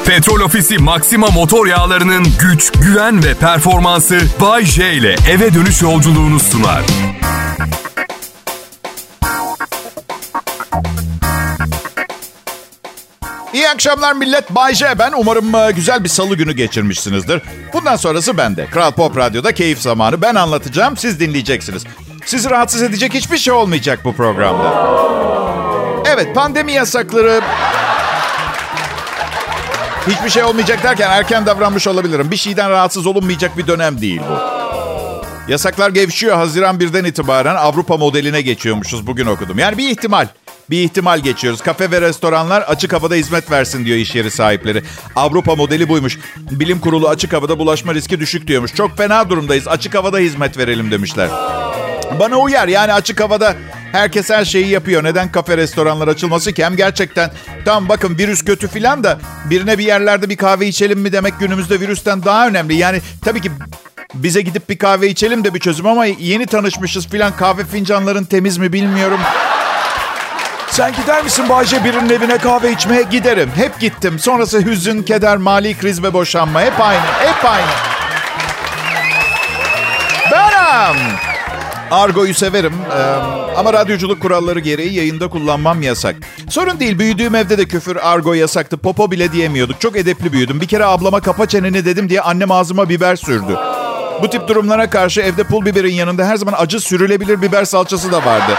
Petrol Ofisi Maxima motor yağlarının güç, güven ve performansı Bay J ile eve dönüş yolculuğunu sunar. İyi akşamlar millet. Bay J ben. Umarım güzel bir salı günü geçirmişsinizdir. Bundan sonrası bende. Kral Pop Radyo'da keyif zamanı. Ben anlatacağım, siz dinleyeceksiniz. Sizi rahatsız edecek hiçbir şey olmayacak bu programda. Evet, pandemi yasakları... Hiçbir şey olmayacak derken erken davranmış olabilirim. Bir şeyden rahatsız olunmayacak bir dönem değil bu. Yasaklar gevşiyor. Haziran 1'den itibaren Avrupa modeline geçiyormuşuz. Bugün okudum. Yani bir ihtimal. Bir ihtimal geçiyoruz. Kafe ve restoranlar açık havada hizmet versin diyor iş yeri sahipleri. Avrupa modeli buymuş. Bilim Kurulu açık havada bulaşma riski düşük diyormuş. Çok fena durumdayız. Açık havada hizmet verelim demişler. Bana uyar. Yani açık havada herkes her şeyi yapıyor. Neden kafe, restoranlar açılması ki? Hem gerçekten tamam bakın virüs kötü filan da birine bir yerlerde bir kahve içelim mi demek günümüzde virüsten daha önemli. Yani tabii ki bize gidip bir kahve içelim de bir çözüm ama yeni tanışmışız filan, kahve fincanların temiz mi bilmiyorum. Sen gider misin Bayce birinin evine kahve içmeye? Giderim. Hep gittim. Sonrası hüzün, keder, mali kriz ve boşanma. Hep aynı. Hep aynı. Benim. Argo'yu severim ama radyoculuk kuralları gereği yayında kullanmam yasak. Sorun değil, büyüdüğüm evde de küfür, argo yasaktı. Popo bile diyemiyorduk. Çok edepli büyüdüm. Bir kere ablama kapa çeneni dedim diye annem ağzıma biber sürdü. Bu tip durumlara karşı evde pul biberin yanında her zaman acı sürülebilir biber salçası da vardı.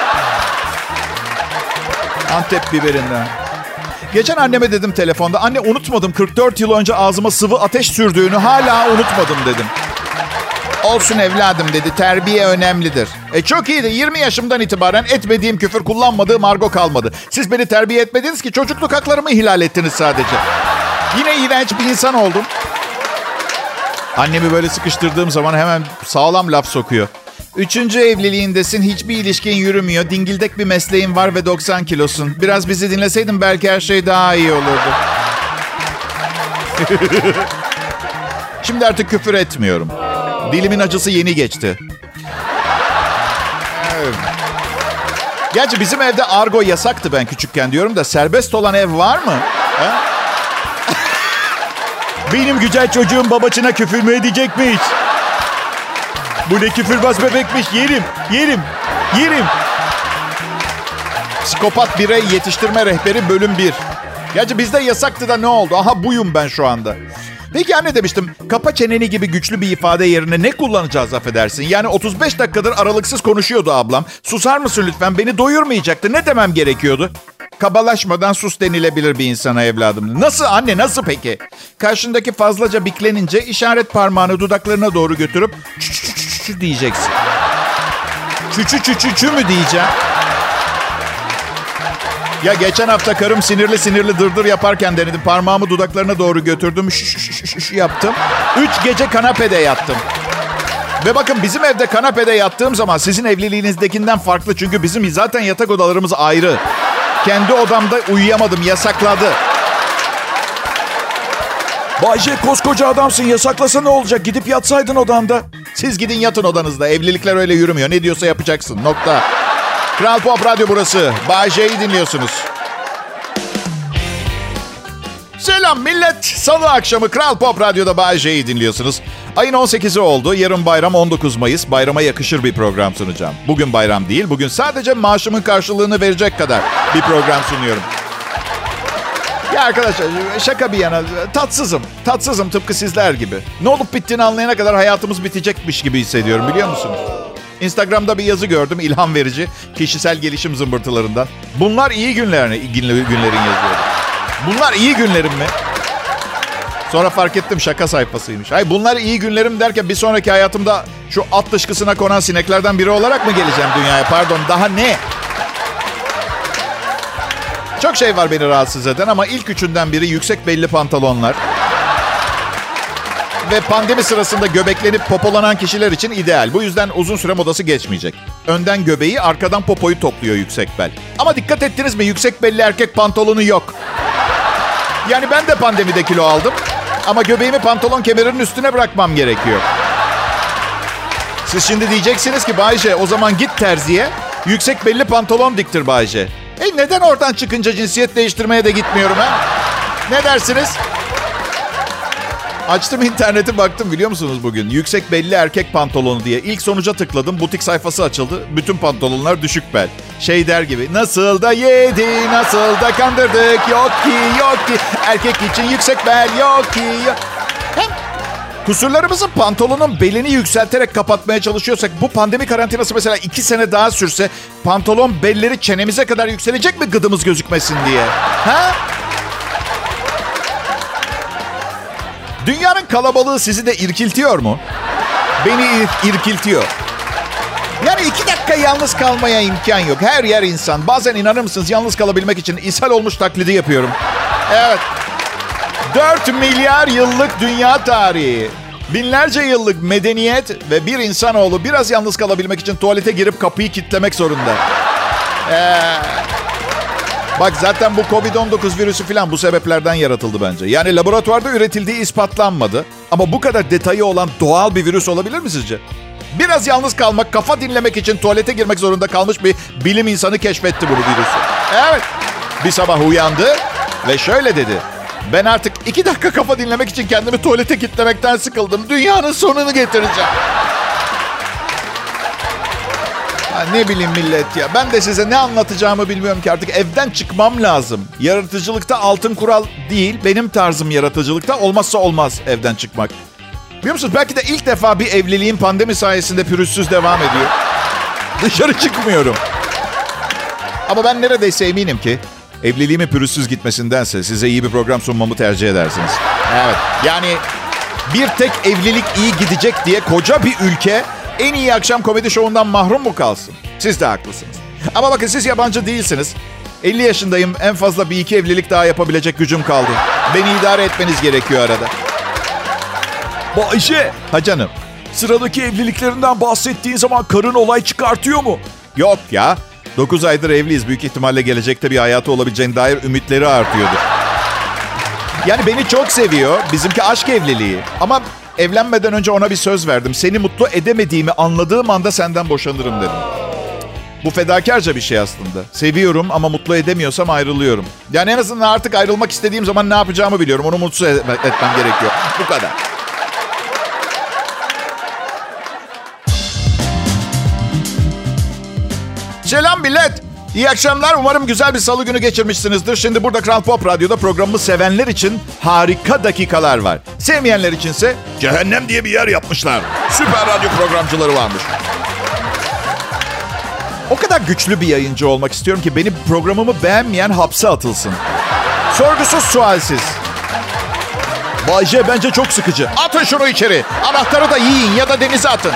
Antep biberinden. Geçen anneme dedim telefonda, anne unutmadım 44 yıl önce ağzıma sıvı ateş sürdüğünü, hala unutmadım dedim. Olsun evladım dedi, terbiye önemlidir. Çok iyiydi, 20 yaşımdan itibaren etmediğim küfür, kullanmadığım argo kalmadı. Siz beni terbiye etmediniz ki, çocukluk haklarımı ihlal ettiniz sadece. Yine iğrenç bir insan oldum. Annemi böyle sıkıştırdığım zaman hemen sağlam laf sokuyor. 3. evliliğindesin, hiçbir ilişkin yürümüyor. Dingildek bir mesleğin var ve 90 kilosun. Biraz bizi dinleseydin belki her şey daha iyi olurdu. Şimdi artık küfür etmiyorum. Dilimin acısı yeni geçti. Evet. Gerçi bizim evde argo yasaktı ben küçükken diyorum da, serbest olan ev var mı? Ha? Benim güzel çocuğum babacına küfür mü edecek mi hiç? Bu ne küfürbaz bebekmiş, yerim, yerim, yerim. Psikopat birey yetiştirme rehberi bölüm 1. Gerçi bizde yasaktı da ne oldu? Aha buyum ben şu anda. Peki anne demiştim, kapa çeneni gibi güçlü bir ifade yerine ne kullanacağız affedersin? Yani 35 dakikadır aralıksız konuşuyordu ablam. Susar mısın lütfen, beni doyurmayacaktı. Ne demem gerekiyordu? Kabalaşmadan sus denilebilir bir insana evladım. Nasıl anne, nasıl peki? Karşındaki fazlaca biklenince işaret parmağını dudaklarına doğru götürüp çü diyeceksin. Çü mü diyeceğim? Ya geçen hafta karım sinirli dırdır yaparken denedim. Parmağımı dudaklarına doğru götürdüm. Yaptım. 3 gece kanapede yattım. Ve bakın bizim evde kanapede yattığım zaman sizin evliliğinizdekinden farklı. Çünkü bizim zaten yatak odalarımız ayrı. Kendi odamda uyuyamadım. Yasakladı. Bayce koskoca adamsın. Yasaklasa ne olacak? Gidip yatsaydın odanda. Siz gidin yatın odanızda. Evlilikler öyle yürümüyor. Ne diyorsa yapacaksın. Nokta. Kral Pop Radyo burası. Bay J'yi dinliyorsunuz. Selam millet. Salı akşamı Kral Pop Radyo'da Bay J'yi dinliyorsunuz. Ayın 18'i oldu. Yarın bayram 19 Mayıs. Bayrama yakışır bir program sunacağım. Bugün bayram değil. Bugün sadece maaşımın karşılığını verecek kadar bir program sunuyorum. Ya arkadaşlar şaka bir yana tatsızım. Tatsızım tıpkı sizler gibi. Ne olup bittiğini anlayana kadar hayatımız bitecekmiş gibi hissediyorum, biliyor musunuz? Instagram'da bir yazı gördüm, ilham verici, kişisel gelişim zımbırtılarından. Bunlar iyi günlerin yazıyordu. Bunlar iyi günlerim mi? Sonra fark ettim şaka sayfasıymış. Hayır, bunlar iyi günlerim derken bir sonraki hayatımda şu at dışkısına konan sineklerden biri olarak mı geleceğim dünyaya? Pardon, daha ne? Çok şey var beni rahatsız eden ama ilk üçünden biri yüksek belli pantolonlar. Ve pandemi sırasında göbeklenip popolanan kişiler için ideal. Bu yüzden uzun süre modası geçmeyecek. Önden göbeği, arkadan popoyu topluyor yüksek bel. Ama dikkat ettiniz mi? Yüksek belli erkek pantolonu yok. Yani ben de pandemide kilo aldım. Ama göbeğimi pantolon kemerinin üstüne bırakmam gerekiyor. Siz şimdi diyeceksiniz ki Bayce, o zaman git terziye, yüksek belli pantolon diktir Bayce. Neden oradan çıkınca cinsiyet değiştirmeye de gitmiyorum ha? Ne dersiniz? Açtım interneti baktım biliyor musunuz bugün? Yüksek belli erkek pantolonu diye. İlk sonuca tıkladım. Butik sayfası açıldı. Bütün pantolonlar düşük bel. Şey der gibi. Nasıl da yedi, nasıl da kandırdık. Yok ki, yok ki. Erkek için yüksek bel yok ki. Yok. Hem kusurlarımızın pantolonun belini yükselterek kapatmaya çalışıyorsak bu pandemi karantinası mesela 2 sene daha sürse pantolon belleri çenemize kadar yükselecek mi gıdımız gözükmesin diye? Ha? Dünyanın kalabalığı sizi de irkiltiyor mu? Beni irkiltiyor. Yani 2 dakika yalnız kalmaya imkan yok. Her yer insan. Bazen inanır mısınız yalnız kalabilmek için ishal olmuş taklidi yapıyorum. Evet. 4 milyar yıllık dünya tarihi. Binlerce yıllık medeniyet ve bir insanoğlu biraz yalnız kalabilmek için tuvalete girip kapıyı kilitlemek zorunda. Bak zaten bu Covid-19 virüsü falan bu sebeplerden yaratıldı bence. Yani laboratuvarda üretildiği ispatlanmadı. Ama bu kadar detayı olan doğal bir virüs olabilir mi sizce? Biraz yalnız kalmak, kafa dinlemek için tuvalete girmek zorunda kalmış bir bilim insanı keşfetti bunu virüsü. Evet. Bir sabah uyandı ve şöyle dedi. Ben artık 2 dakika kafa dinlemek için kendimi tuvalete kilitlemekten sıkıldım. Dünyanın sonunu getireceğim. Ya ne bileyim millet ya. Ben de size ne anlatacağımı bilmiyorum ki artık evden çıkmam lazım. Yaratıcılıkta altın kural değil. Benim tarzım yaratıcılıkta olmazsa olmaz evden çıkmak. Biliyor musunuz belki de ilk defa bir evliliğin pandemi sayesinde pürüzsüz devam ediyor. Dışarı çıkmıyorum. Ama ben neredeyse eminim ki evliliğimin pürüzsüz gitmesindense size iyi bir program sunmamı tercih edersiniz. Evet yani bir tek evlilik iyi gidecek diye koca bir ülke en iyi akşam komedi şovundan mahrum mu kalsın? Siz de haklısınız. Ama bakın siz yabancı değilsiniz. 50 yaşındayım. En fazla 1-2 evlilik daha yapabilecek gücüm kaldı. Beni idare etmeniz gerekiyor arada. Bayşe. Ha canım. Sıradaki evliliklerinden bahsettiğin zaman karın olay çıkartıyor mu? Yok ya. 9 aydır evliyiz. Büyük ihtimalle gelecekte bir hayatı olabileceğine dair ümitleri artıyordur. Yani beni çok seviyor. Bizimki aşk evliliği. Ama evlenmeden önce ona bir söz verdim. Seni mutlu edemediğimi anladığım anda senden boşanırım dedim. Bu fedakarca bir şey aslında. Seviyorum ama mutlu edemiyorsam ayrılıyorum. Yani en azından artık ayrılmak istediğim zaman ne yapacağımı biliyorum. Onu mutsuz etmem gerekiyor. Bu kadar. Selam millet. İyi akşamlar. Umarım güzel bir salı günü geçirmişsinizdir. Şimdi burada Kral Pop Radyo'da programımı sevenler için harika dakikalar var. Sevmeyenler içinse cehennem diye bir yer yapmışlar. Süper radyo programcıları varmış. O kadar güçlü bir yayıncı olmak istiyorum ki benim programımı beğenmeyen hapse atılsın. Sorgusuz sualsiz. Bayce bence çok sıkıcı. Atın şunu içeri. Anahtarı da yiyin ya da denize atın.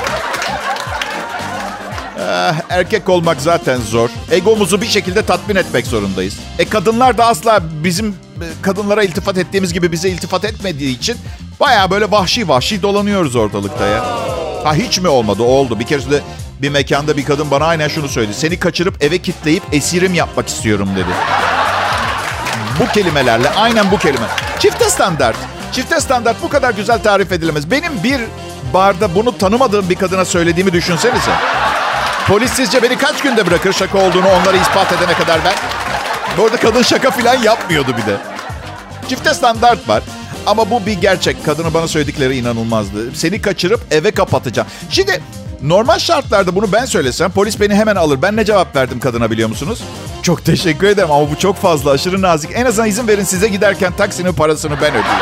Erkek olmak zaten zor. Egomuzu bir şekilde tatmin etmek zorundayız. Kadınlar da asla bizim kadınlara iltifat ettiğimiz gibi bize iltifat etmediği için bayağı böyle vahşi vahşi dolanıyoruz ortalıkta ya. Ha hiç mi olmadı? Oldu. Bir kere de bir mekanda bir kadın bana aynen şunu söyledi. Seni kaçırıp eve kilitleyip esirim yapmak istiyorum dedi. Bu kelimelerle, aynen bu kelime. Çifte standart. Çifte standart bu kadar güzel tarif edilemez. Benim bir barda bunu tanımadığım bir kadına söylediğimi düşünsenize. Polis sizce beni kaç günde bırakır şaka olduğunu onlara ispat edene kadar ben? Bu arada kadın şaka falan yapmıyordu bir de. Çifte standart var. Ama bu bir gerçek. Kadının bana söyledikleri inanılmazdı. Seni kaçırıp eve kapatacağım. Şimdi normal şartlarda bunu ben söylesem polis beni hemen alır. Ben ne cevap verdim kadına biliyor musunuz? Çok teşekkür ederim ama bu çok fazla, aşırı nazik. En azından izin verin size giderken taksinin parasını ben ödeyeyim.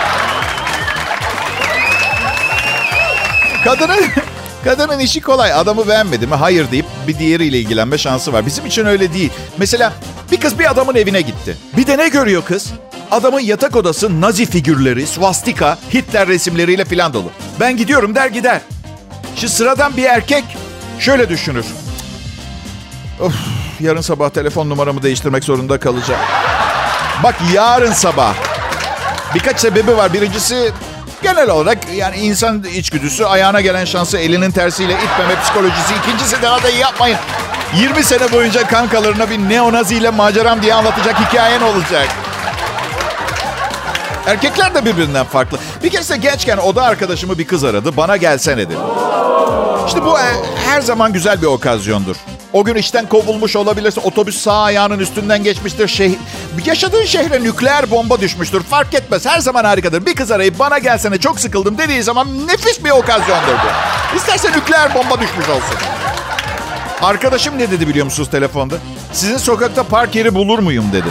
Kadının işi kolay. Adamı beğenmedi mi? Hayır deyip bir diğeriyle ilgilenme şansı var. Bizim için öyle değil. Mesela bir kız bir adamın evine gitti. Bir de ne görüyor kız? Adamın yatak odası Nazi figürleri, swastika, Hitler resimleriyle falan dolu. Ben gidiyorum der gider. Şu sıradan bir erkek şöyle düşünür. Of, yarın sabah telefon numaramı değiştirmek zorunda kalacağım. Bak yarın sabah. Birkaç sebebi var. Birincisi genel olarak yani insan içgüdüsü, ayağına gelen şansı elinin tersiyle itmeme psikolojisi. İkincisi daha da iyi yapmayın. 20 sene boyunca kankalarına bir neonazi ile maceram diye anlatacak hikayen olacak. Erkekler de birbirinden farklı. Bir keresinde gençken oda arkadaşımı bir kız aradı. Bana gelsene dedi. İşte bu her zaman güzel bir okazyondur. O gün işten kovulmuş olabilirsin. Otobüs sağ ayağının üstünden geçmiştir. Yaşadığın şehre nükleer bomba düşmüştür. Fark etmez. Her zaman harikadır. Bir kız arayıp bana gelsene çok sıkıldım dediği zaman nefis bir okazyondur bu. İsterse nükleer bomba düşmüş olsun. Arkadaşım ne dedi biliyor musunuz telefonda? Sizin sokakta park yeri bulur muyum dedi.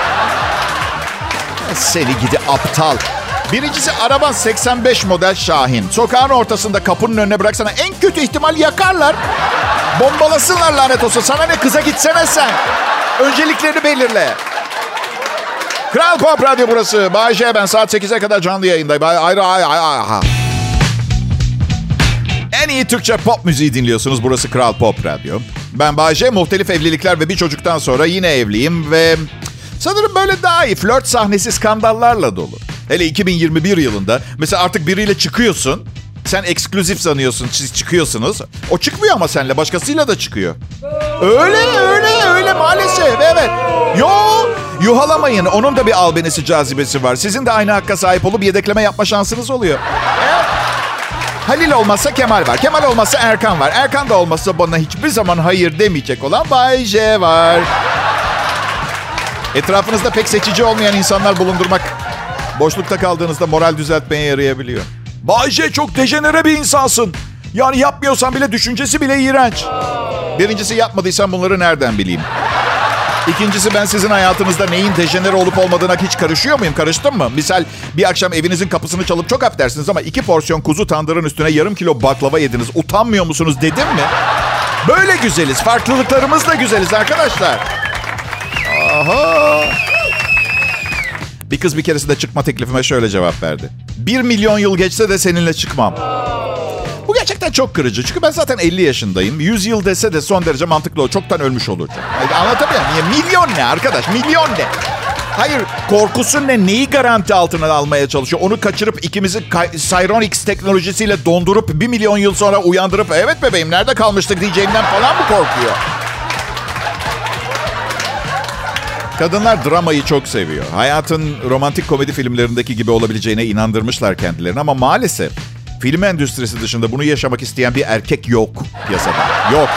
Seni gidi aptal. Birincisi araban 85 model Şahin. Sokağın ortasında kapının önüne bıraksana en kötü ihtimal yakarlar. Bombalasınlar lanet olsun. Sana ne, kıza gitsene sen. Önceliklerini belirle. Kral Pop Radyo burası. Bay J, ben saat 8'e kadar canlı yayındayım. En iyi Türkçe pop müziği dinliyorsunuz. Burası Kral Pop Radyo. Ben Bay J, muhtelif evlilikler ve bir çocuktan sonra yine evliyim ve sanırım böyle daha iyi. Flört sahnesi skandallarla dolu. Hele 2021 yılında mesela artık biriyle çıkıyorsun. Sen ekskluzif sanıyorsun, siz çıkıyorsunuz. O çıkmıyor ama seninle, başkasıyla da çıkıyor. Öyle maalesef, evet. Yuhalamayın. Onun da bir albenisi, cazibesi var. Sizin de aynı hakka sahip olup yedekleme yapma şansınız oluyor. Evet. Halil olmazsa Kemal var. Kemal olmazsa Erkan var. Erkan da olmazsa bana hiçbir zaman hayır demeyecek olan Bay J var. Etrafınızda pek seçici olmayan insanlar bulundurmak boşlukta kaldığınızda moral düzeltmeye yarayabiliyor. Bay J, çok dejenere bir insansın. Yani yapmıyorsan bile düşüncesi bile iğrenç. Birincisi, yapmadıysan bunları nereden bileyim? İkincisi, ben sizin hayatınızda neyin dejenere olup olmadığına hiç karışıyor muyum? Karıştım mı? Misal bir akşam evinizin kapısını çalıp çok affedersiniz ama 2 porsiyon kuzu tandırın üstüne yarım kilo baklava yediniz. Utanmıyor musunuz dedim mi? Böyle güzeliz. Farklılıklarımızla güzeliz arkadaşlar. Aha. Bir kız bir keresinde çıkma teklifime şöyle cevap verdi. 1 milyon yıl geçse de seninle çıkmam. Bu gerçekten çok kırıcı. Çünkü ben zaten 50 yaşındayım. 100 yıl dese de son derece mantıklı o. Çoktan ölmüş olacak. Anlatabiliyor muyum? Milyon ne arkadaş? Milyon ne? Hayır, korkusu ne? Neyi garanti altına almaya çalışıyor? Onu kaçırıp ikimizi Cyronix teknolojisiyle dondurup 1 milyon yıl sonra uyandırıp evet bebeğim nerede kalmıştık diyeceğimden falan mı korkuyor? Kadınlar dramayı çok seviyor. Hayatın romantik komedi filmlerindeki gibi olabileceğine inandırmışlar kendilerini ama maalesef film endüstrisi dışında bunu yaşamak isteyen bir erkek yok piyasada. Yok.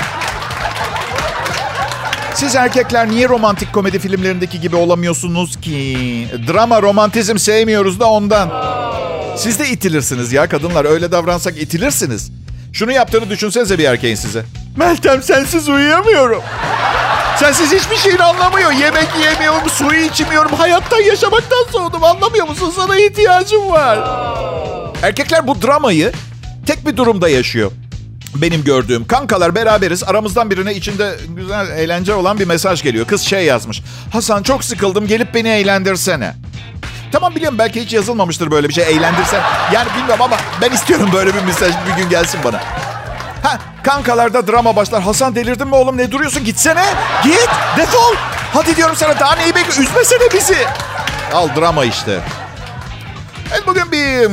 Siz erkekler niye romantik komedi filmlerindeki gibi olamıyorsunuz ki? Drama, romantizm sevmiyoruz da ondan. Siz de itilirsiniz ya kadınlar. Öyle davransak itilirsiniz. Şunu yaptığını düşünsenize bir erkeğin size. Meltem, sensiz uyuyamıyorum. Sensiz hiçbir şeyin anlamıyor. Yemek yiyemiyorum, suyu içmiyorum. Hayattan, yaşamaktan soğudum. Anlamıyor musun? Sana ihtiyacım var. Erkekler bu dramayı tek bir durumda yaşıyor. Benim gördüğüm. Kankalar beraberiz. Aramızdan birine içinde güzel, eğlence olan bir mesaj geliyor. Kız şey yazmış. Hasan, çok sıkıldım. Gelip beni eğlendirsene. Tamam, biliyorum belki hiç yazılmamıştır böyle bir şey. Eğlendirsen. Yani bilmiyorum ama ben istiyorum böyle bir mesaj bir gün gelsin bana. Kankalarda drama başlar. Hasan, delirdin mi oğlum? Ne duruyorsun? Gitsene. Git. Defol. Hadi diyorum sana, daha neyi bekliyorsun? Üzmesene bizi. Al drama işte. Evet, bugün bir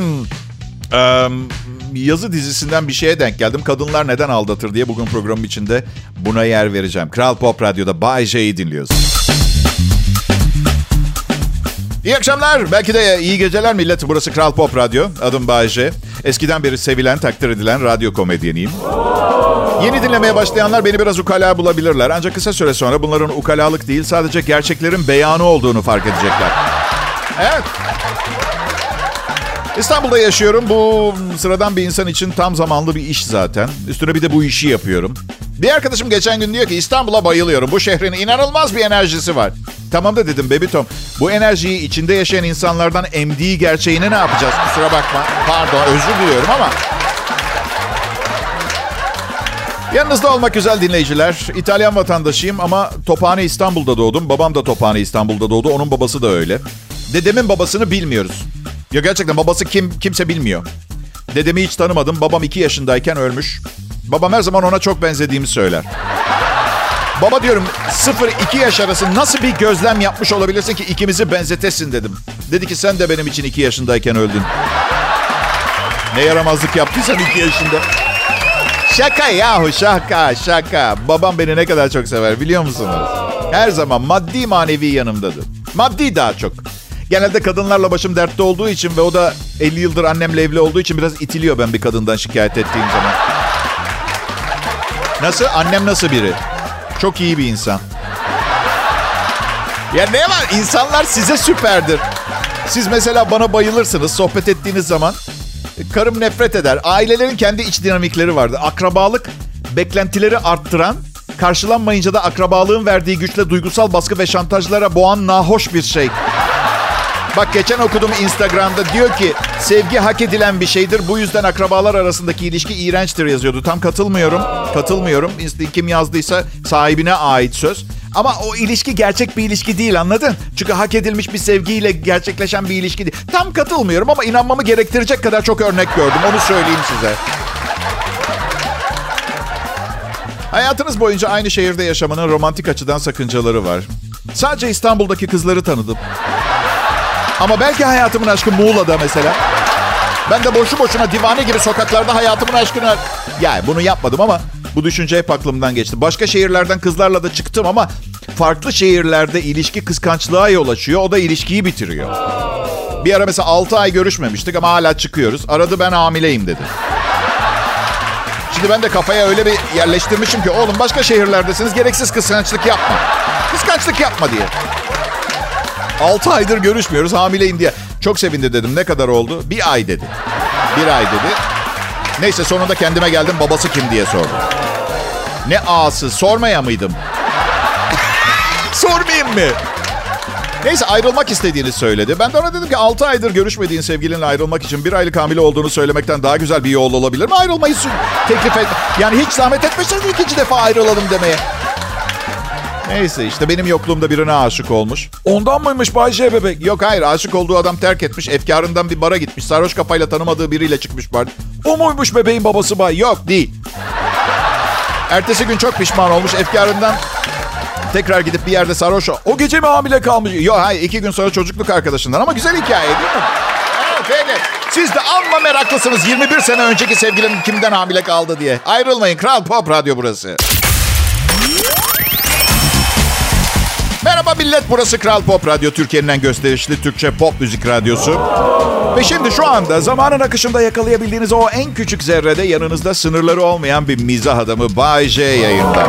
yazı dizisinden bir şeye denk geldim. Kadınlar neden aldatır diye bugün programın içinde buna yer vereceğim. Kral Pop Radyo'da Bay J'yi dinliyoruz. İyi akşamlar. Belki de iyi geceler millet. Burası Kral Pop Radyo. Adım Bay J. Eskiden beri sevilen, takdir edilen radyo komedyeniyim. Yeni dinlemeye başlayanlar beni biraz ukala bulabilirler. Ancak kısa süre sonra bunların ukalalık değil, sadece gerçeklerin beyanı olduğunu fark edecekler. Evet. İstanbul'da yaşıyorum. Bu sıradan bir insan için tam zamanlı bir iş zaten. Üstüne bir de bu işi yapıyorum. Bir arkadaşım geçen gün diyor ki İstanbul'a bayılıyorum. Bu şehrin inanılmaz bir enerjisi var. Tamam da dedim Baby Tom. Bu enerjiyi içinde yaşayan insanlardan emdiği gerçeğine ne yapacağız? Kusura bakma. Pardon, özür diliyorum ama. Yanınızda olmak güzel dinleyiciler. İtalyan vatandaşıyım ama Tophane İstanbul'da doğdum. Babam da Tophane İstanbul'da doğdu. Onun babası da öyle. Dedemin babasını bilmiyoruz. Ya gerçekten babası kimse bilmiyor. Dedemi hiç tanımadım. Babam 2 yaşındayken ölmüş. Babam her zaman ona çok benzediğimi söyler. Baba diyorum 0-2 yaş arası nasıl bir gözlem yapmış olabilirsin ki ikimizi benzetesin dedim. Dedi ki sen de benim için 2 yaşındayken öldün. Ne yaramazlık yaptıysan 2 yaşında. Şaka yahu, şaka. Babam beni ne kadar çok sever biliyor musunuz? Her zaman maddi manevi yanımdadır. Maddi daha çok. Genelde kadınlarla başım dertte olduğu için ve o da 50 yıldır annemle evli olduğu için biraz itiliyor ben bir kadından şikayet ettiğim zaman. Nasıl? Annem nasıl biri? Çok iyi bir insan. Ya ne var? İnsanlar size süperdir. Siz mesela bana bayılırsınız sohbet ettiğiniz zaman. Karım nefret eder. Ailelerin kendi iç dinamikleri vardır. Akrabalık beklentileri arttıran, karşılanmayınca da akrabalığın verdiği güçle duygusal baskı ve şantajlara boğan nahoş bir şey. Bak geçen okudum Instagram'da, diyor ki sevgi hak edilen bir şeydir. Bu yüzden akrabalar arasındaki ilişki iğrençtir yazıyordu. Tam katılmıyorum. Kim yazdıysa sahibine ait söz. Ama o ilişki gerçek bir ilişki değil, anladın? Çünkü hak edilmiş bir sevgiyle gerçekleşen bir ilişki değil. Tam katılmıyorum ama inanmamı gerektirecek kadar çok örnek gördüm. Onu söyleyeyim size. Hayatınız boyunca aynı şehirde yaşamanın romantik açıdan sakıncaları var. Sadece İstanbul'daki kızları tanıdım. Ama belki hayatımın aşkı Muğla'da mesela. Ben de boşu boşuna divane gibi sokaklarda hayatımın aşkını... Yani bunu yapmadım ama bu düşünce hep aklımdan geçti. Başka şehirlerden kızlarla da çıktım ama farklı şehirlerde ilişki kıskançlığa yol açıyor. O da ilişkiyi bitiriyor. Bir ara mesela 6 ay görüşmemiştik ama hala çıkıyoruz. Aradı, ben hamileyim dedi. Şimdi ben de kafaya öyle bir yerleştirmişim ki oğlum başka şehirlerdesiniz, gereksiz kıskançlık yapma. Kıskançlık yapma diye. 6 aydır görüşmüyoruz, hamileyim diye. Çok sevindi dedim. Ne kadar oldu? 1 ay dedi. 1 ay dedi. Neyse sonunda kendime geldim. Babası kim diye sordum. Ne ağası? Sormaya mıydım? Sormayayım mı? Neyse ayrılmak istediğini söyledi. Ben de ona dedim ki 6 aydır görüşmediğin sevgilinle ayrılmak için 1 aylık hamile olduğunu söylemekten daha güzel bir yol olabilir mi? Ayrılmayı teklif et. Yani hiç zahmet etmeseniz 2. defa ayrılalım demeye. Neyse işte benim yokluğumda birine aşık olmuş. Ondan mıymış Bay J bebek? Yok hayır, aşık olduğu adam terk etmiş. Efkarından bir bara gitmiş. Sarhoş kafayla tanımadığı biriyle çıkmış var. O muymuş bebeğin babası Bay? Yok değil. Ertesi gün çok pişman olmuş. Efkarından tekrar gidip bir yerde sarhoş. O gece mi hamile kalmış? Yok hayır, 2 gün sonra çocukluk arkadaşından. Ama güzel hikaye değil mi? Evet. Siz de amma meraklısınız 21 sene önceki sevgilinin kimden hamile kaldı diye. Ayrılmayın, Kral Pop Radyo burası. Merhaba millet, burası Kral Pop Radyo, Türkiye'nin en gösterişli Türkçe pop müzik radyosu. Ve şimdi şu anda zamanın akışında yakalayabildiğiniz o en küçük zerrede yanınızda sınırları olmayan bir mizah adamı Bay J yayında.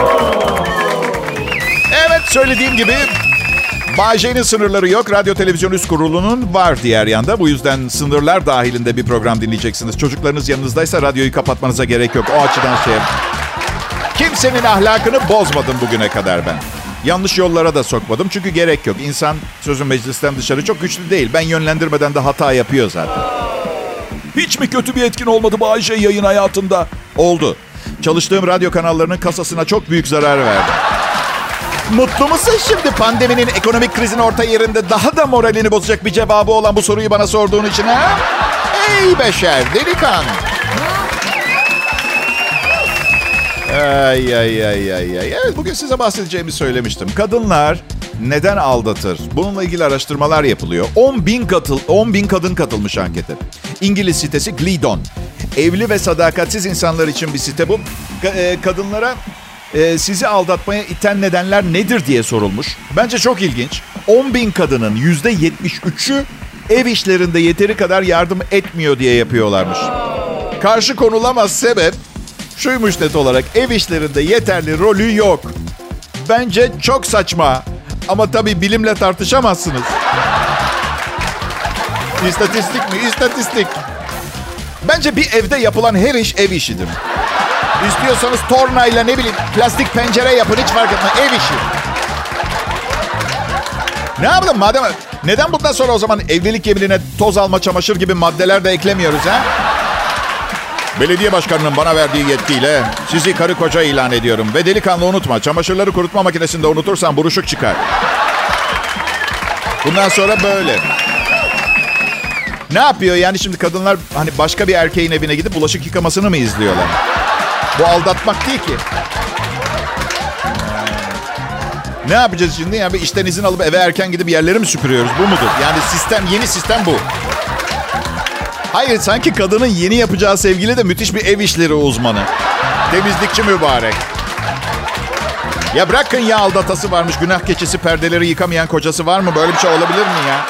Evet, söylediğim gibi Bay J'nin sınırları yok. Radyo Televizyon Üst Kurulu'nun var diğer yanda. Bu yüzden sınırlar dahilinde bir program dinleyeceksiniz. Çocuklarınız yanınızdaysa radyoyu kapatmanıza gerek yok. O açıdan kimsenin ahlakını bozmadım bugüne kadar ben. Yanlış yollara da sokmadım çünkü gerek yok. İnsan sözün meclisten dışarı çok güçlü değil. Ben yönlendirmeden de hata yapıyor zaten. Hiç mi kötü bir etkin olmadı Bay J yayın hayatında? Oldu. Çalıştığım radyo kanallarının kasasına çok büyük zarar verdi. Mutlu musun şimdi pandeminin, ekonomik krizin orta yerinde daha da moralini bozacak bir cevabı olan bu soruyu bana sorduğun için ha? Ey beşer, delikanlı. Ay. Evet, bugün size bahsedeceğimi söylemiştim. Kadınlar neden aldatır? Bununla ilgili araştırmalar yapılıyor. 10 bin kadın katılmış ankete. İngiliz sitesi Glidon. Evli ve sadakatsiz insanlar için bir site bu. Kadınlara sizi aldatmaya iten nedenler nedir diye sorulmuş. Bence çok ilginç. 10 bin kadının %73'ü ev işlerinde yeteri kadar yardım etmiyor diye yapıyorlarmış. Karşı konulamaz sebep şuymuş net olarak: ev işlerinde yeterli rolü yok. Bence çok saçma. Ama tabii bilimle tartışamazsınız. İstatistik mi? İstatistik. Bence bir evde yapılan her iş ev işidir. İstiyorsanız tornayla ne bileyim plastik pencere yapın, hiç fark etmez. Ev işi. Ne yapalım madem? Neden bundan sonra o zaman evlilik yeminine toz alma, çamaşır gibi maddeler de eklemiyoruz ha? Belediye başkanının bana verdiği yetkiyle sizi karı koca ilan ediyorum. Ve delikanlı unutma, çamaşırları kurutma makinesinde unutursan buruşuk çıkar. Bundan sonra böyle. Ne yapıyor yani şimdi kadınlar, hani başka bir erkeğin evine gidip bulaşık yıkamasını mı izliyorlar? Bu aldatmak değil ki. Ne yapacağız şimdi? Yani işten izin alıp eve erken gidip yerleri mi süpürüyoruz? Bu mudur? Yani sistem, yeni sistem bu. Hayır, sanki kadının yeni yapacağı sevgili de müthiş bir ev işleri uzmanı. Temizlikçi mübarek. Ya bırakın ya, aldatası varmış, günah keçisi, perdeleri yıkamayan kocası var mı? Böyle bir şey olabilir mi ya?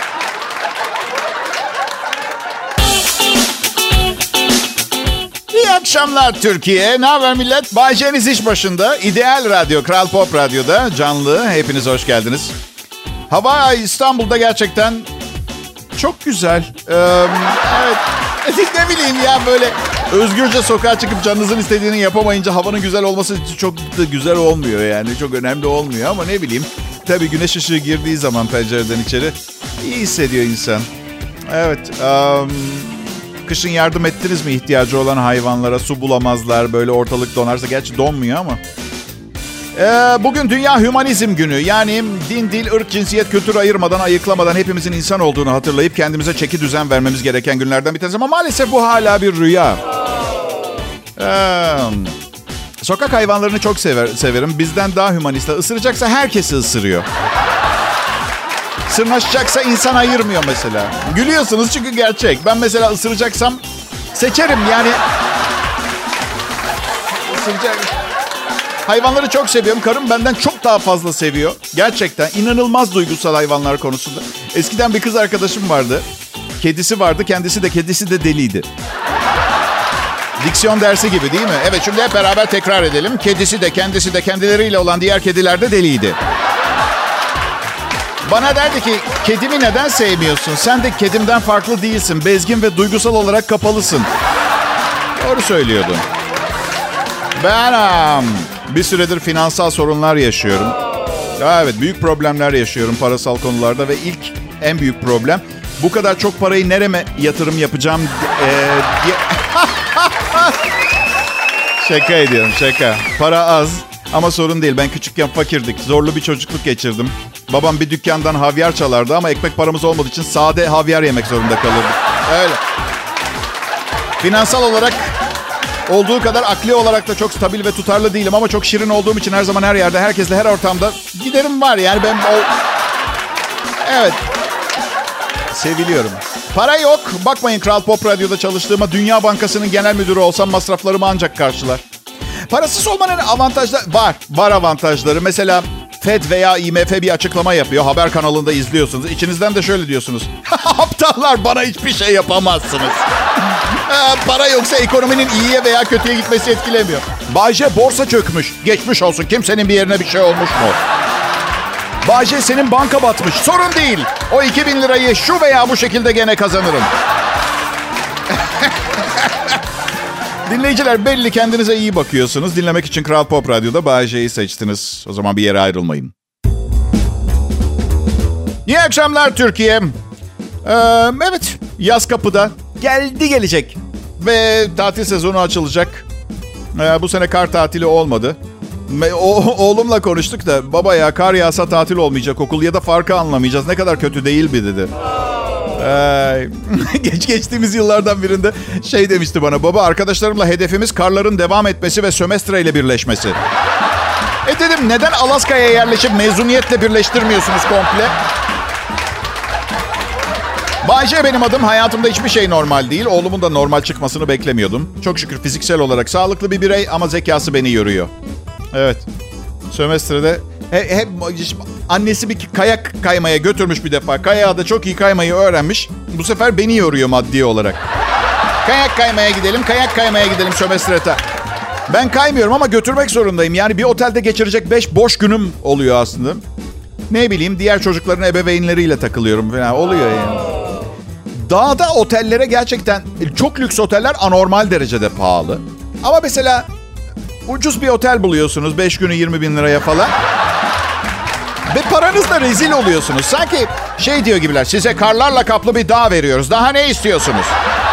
İyi akşamlar Türkiye. Ne haber millet? Bay J'niz iş başında. İdeal Radyo, Kral Pop Radyo'da canlı. Hepiniz hoş geldiniz. Hava İstanbul'da gerçekten çok güzel. Evet. Ne bileyim ya, böyle özgürce sokağa çıkıp canınızın istediğini yapamayınca havanın güzel olması çok da güzel olmuyor yani. Çok önemli olmuyor ama ne bileyim. Tabii güneş ışığı girdiği zaman pencereden içeri iyi hissediyor insan. Evet. Kışın yardım ettiniz mi ihtiyacı olan hayvanlara? Su bulamazlar, böyle ortalık donarsa. Gerçi donmuyor ama. Bugün Dünya Hümanizm Günü. Yani din, dil, ırk, cinsiyet, kültür ayırmadan, ayıklamadan hepimizin insan olduğunu hatırlayıp kendimize çeki düzen vermemiz gereken günlerden bir tanesi. Ama maalesef bu hala bir rüya. Sokak hayvanlarını çok severim. Bizden daha hümanistler. Isıracaksa herkesi ısırıyor. Sırnaşacaksa insan ayırmıyor mesela. Gülüyorsunuz çünkü gerçek. Ben mesela ısıracaksam seçerim yani. Isıracak. Hayvanları çok seviyorum. Karım benden çok daha fazla seviyor. Gerçekten inanılmaz duygusal hayvanlar konusunda. Eskiden bir kız arkadaşım vardı. Kedisi vardı. Kedisi de deliydi. Diksiyon dersi gibi değil mi? Evet, şimdi hep beraber tekrar edelim. Kedisi de kendisi de kendileriyle olan diğer kediler de deliydi. Bana derdi ki, kedimi neden sevmiyorsun? Sen de kedimden farklı değilsin. Bezgin ve duygusal olarak kapalısın. Doğru söylüyordu. Ben bir süredir finansal sorunlar yaşıyorum. Evet, büyük problemler yaşıyorum parasal konularda ve en büyük problem bu kadar çok parayı nereme yatırım yapacağım diye... Şaka ediyorum, şaka. Para az ama sorun değil. Ben küçükken fakirdik. Zorlu bir çocukluk geçirdim. Babam bir dükkandan havyar çalardı ama ekmek paramız olmadığı için sade havyar yemek zorunda kalırdık. Öyle. Finansal olarak olduğu kadar akli olarak da çok stabil ve tutarlı değilim ama çok şirin olduğum için her zaman her yerde, herkesle, her ortamda giderim var. Yani ben evet. Seviliyorum. Para yok. Bakmayın Kral Pop Radyo'da çalıştığıma, Dünya Bankası'nın genel müdürü olsam masraflarımı ancak karşılar. Parasız olmanın avantajları var. Var avantajları. Mesela FED veya IMF bir açıklama yapıyor. Haber kanalında izliyorsunuz. İçinizden de şöyle diyorsunuz. Aptallar, bana hiçbir şey yapamazsınız. Para yoksa ekonominin iyiye veya kötüye gitmesi etkilemiyor. Bay J, borsa çökmüş. Geçmiş olsun. Kimsenin bir yerine bir şey olmuş mu? Bay J, senin banka batmış. Sorun değil. O 2.000 lirayı şu veya bu şekilde gene kazanırım. Dinleyiciler, belli kendinize iyi bakıyorsunuz. Dinlemek için Kral Pop Radyo'da Bay J'yi seçtiniz. O zaman bir yere ayrılmayın. İyi akşamlar Türkiye. Evet, yaz kapıda. Gelecek. Ve tatil sezonu açılacak. Bu sene kar tatili olmadı. Oğlumla konuştuk da, baba ya kar yağsa tatil olmayacak okul ya da farkı anlamayacağız. Ne kadar kötü değil mi dedi. Geçtiğimiz yıllardan birinde şey demişti bana. Baba, arkadaşlarımla hedefimiz karların devam etmesi ve sömestre ile birleşmesi. Dedim, neden Alaska'ya yerleşip mezuniyetle birleştirmiyorsunuz komple? Bay J benim adım. Hayatımda hiçbir şey normal değil. Oğlumun da normal çıkmasını beklemiyordum. Çok şükür fiziksel olarak sağlıklı bir birey ama zekası beni yoruyor. Evet. Sömestrede hep annesi bir kayak kaymaya götürmüş bir defa. Kayağı da çok iyi kaymayı öğrenmiş. Bu sefer beni yoruyor maddi olarak. Kayak kaymaya gidelim sömestrete. Ben kaymıyorum ama götürmek zorundayım. Yani bir otelde geçirecek 5 boş günüm oluyor aslında. Ne bileyim, diğer çocukların ebeveynleriyle takılıyorum falan. Oluyor yani. Dağda otellere gerçekten çok lüks oteller anormal derecede pahalı. Ama mesela ucuz bir otel buluyorsunuz 5 günü 20.000 liraya falan. Ve paranızla rezil oluyorsunuz. Sanki şey diyor gibiler, size karlarla kaplı bir dağ veriyoruz. Daha ne istiyorsunuz?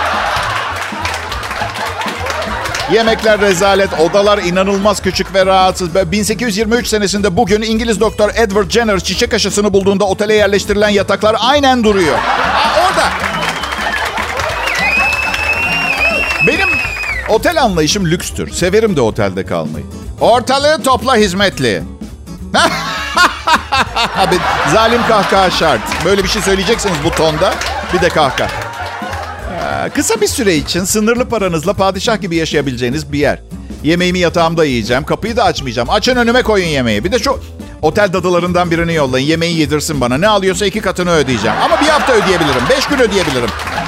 Yemekler rezalet, odalar inanılmaz küçük ve rahatsız. 1823 senesinde bugün İngiliz doktor Edward Jenner çiçek aşısını bulduğunda otele yerleştirilen yataklar aynen duruyor. Orada. Benim otel anlayışım lükstür. Severim de otelde kalmayı. Ortalığı topla hizmetli. Abi, zalim kahkaha şart. Böyle bir şey söyleyeceksiniz bu tonda. Bir de kahkaha. Kısa bir süre için sınırlı paranızla padişah gibi yaşayabileceğiniz bir yer. Yemeğimi yatağımda yiyeceğim. Kapıyı da açmayacağım. Açın önüme koyun yemeği. Bir de şu otel dadılarından birini yollayın. Yemeği yedirsin bana. Ne alıyorsa 2 katını ödeyeceğim. Ama bir hafta ödeyebilirim. 5 gün ödeyebilirim.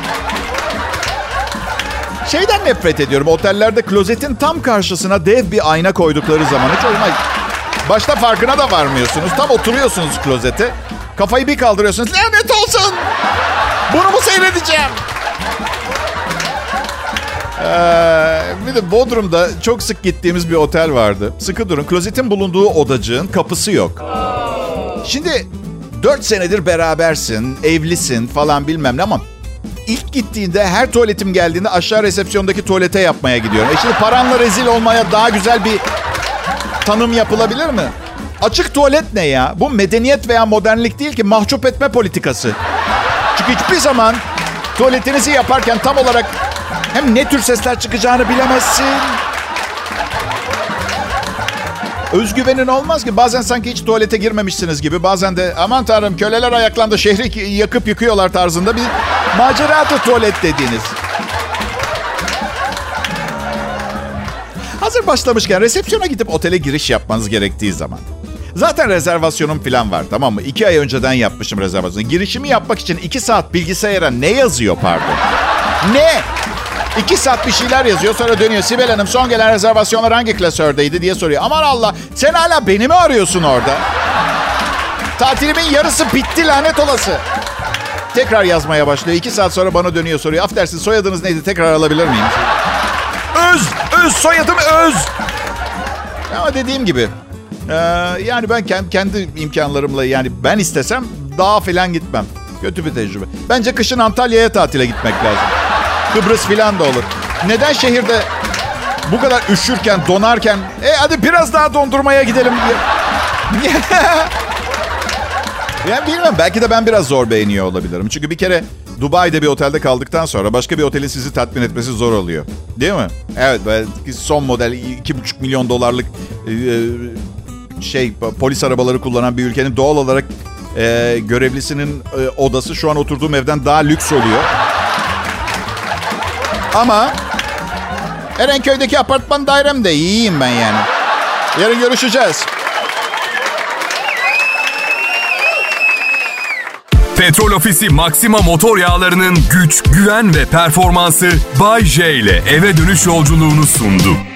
Şeyden nefret ediyorum. Otellerde klozetin tam karşısına dev bir ayna koydukları zaman hiç olmaz. Başta farkına da varmıyorsunuz. Tam oturuyorsunuz klozete. Kafayı bir kaldırıyorsunuz. Lanet olsun. Bunu mu seyredeceğim? Bir de Bodrum'da çok sık gittiğimiz bir otel vardı. Sıkı durun. Klozetin bulunduğu odacığın kapısı yok. Şimdi 4 senedir berabersin, evlisin falan bilmem ne ama ilk gittiğinde her tuvaletim geldiğinde aşağı resepsiyondaki tuvalete yapmaya gidiyorum. Şimdi paranla rezil olmaya daha güzel bir tanım yapılabilir mi? Açık tuvalet ne ya? Bu medeniyet veya modernlik değil ki, mahcup etme politikası. Çünkü hiçbir zaman tuvaletinizi yaparken tam olarak hem ne tür sesler çıkacağını bilemezsin. Özgüvenin olmaz ki. Bazen sanki hiç tuvalete girmemişsiniz gibi. Bazen de aman tanrım köleler ayaklandı, şehri yakıp yıkıyorlar tarzında bir maceralı tuvalet dediğiniz. Hazır başlamışken resepsiyona gidip otele giriş yapmanız gerektiği zaman. Zaten rezervasyonum falan var, tamam mı? 2 ay önceden yapmışım rezervasyonu. Girişimi yapmak için 2 saat bilgisayara ne yazıyor pardon? Ne? 2 saat bir şeyler yazıyor, sonra dönüyor. Sibel Hanım, son gelen rezervasyonlar hangi klasördeydi diye soruyor. Aman Allah, sen hala beni mi arıyorsun orada? Tatilimin yarısı bitti, lanet olası. Tekrar yazmaya başlıyor. 2 saat sonra bana dönüyor, soruyor. Affedersiniz, soyadınız neydi, tekrar alabilir miyim? Öz, soyadım Öz. Ama dediğim gibi, yani ben kendi imkanlarımla, yani ben istesem dağa falan gitmem. Kötü bir tecrübe. Bence kışın Antalya'ya tatile gitmek lazım. Kıbrıs falan da olur. Neden şehirde bu kadar üşürken, donarken, hadi biraz daha dondurmaya gidelim diye. Yani bilmem, belki de ben biraz zor beğeniyor olabilirim. Çünkü bir kere Dubai'de bir otelde kaldıktan sonra başka bir otelin sizi tatmin etmesi zor oluyor. Değil mi? Evet, son model $2,5 milyon polis arabaları kullanan bir ülkenin doğal olarak görevlisinin odası şu an oturduğum evden daha lüks oluyor. Ama Erenköy'deki apartman dairemde iyiyim ben yani. Yarın görüşeceğiz. Petrol Ofisi Maxima motor yağlarının güç, güven ve performansı Bay J ile eve dönüş yolculuğunu sundu.